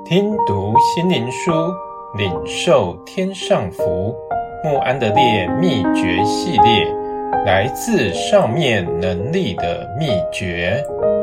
听读心灵书，领受天上福。慕安德烈秘诀系列，来自上面能力的秘诀。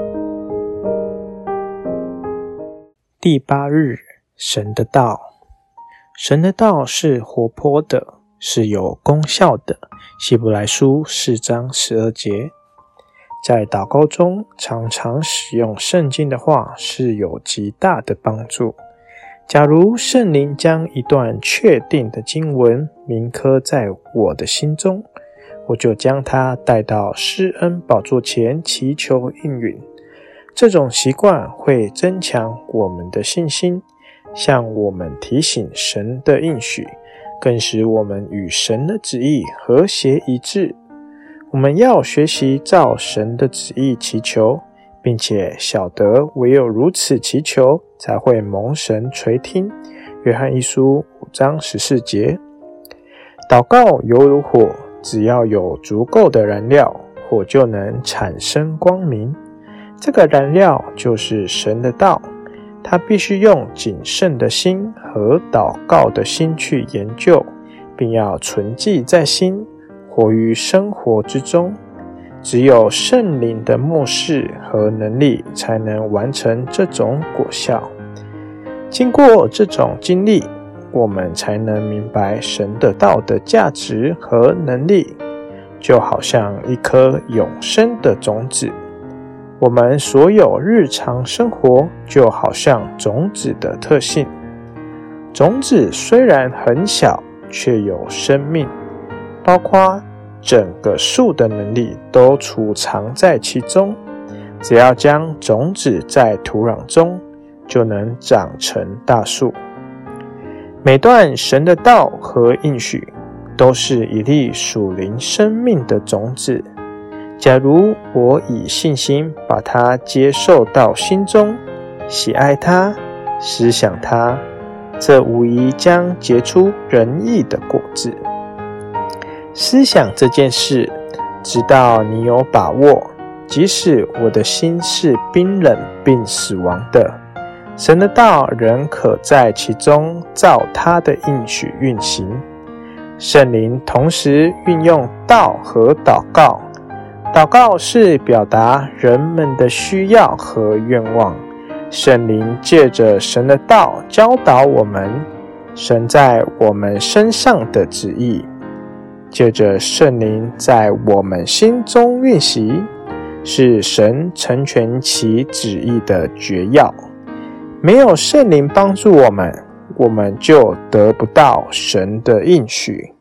第8日，神的道。神的道是活泼的，是有功效的。希伯来书4章12节。在祷告中，常常使用圣经的话是有极大的帮助。假如圣灵将一段确定的经文铭刻在我的心中，我就将它带到施恩宝座前祈求应允。这种习惯会增强我们的信心，向我们提醒神的应许，更使我们与神的旨意和谐一致。我们要学习照神的旨意祈求，并且晓得唯有如此祈求，才会蒙神垂听。约翰一书5章14节。祷告犹如火，只要有足够的燃料，火就能产生光明。这个燃料就是神的道，他必须用谨慎的心和祷告的心去研究，并要存记在心，活于生活之中。只有圣灵的默示和能力，才能完成这种果效。经过这种经历，我们才能明白神的道的价值和能力，就好像一颗永生的种子。我们所有日常生活就好像种子的特性。种子虽然很小，却有生命，包括整个树的能力都储藏在其中。只要将种子在土壤中，就能长成大树。每段神的道和应许，都是一粒属灵生命的种子。假如我以信心把它接受到心中，喜爱它，思想它，这无疑将结出仁义的果子。思想这件事，直到你有把握，即使我的心是冰冷并死亡的，神的道仍可在其中照他的应许运行。圣灵同时运用道和祷告。祷告是表达人们的需要和愿望，圣灵借着神的道教导我们神在我们身上的旨意，借着圣灵在我们心中运行，是神成全其旨意的诀要。没有圣灵帮助我们，我们就得不到神的应许。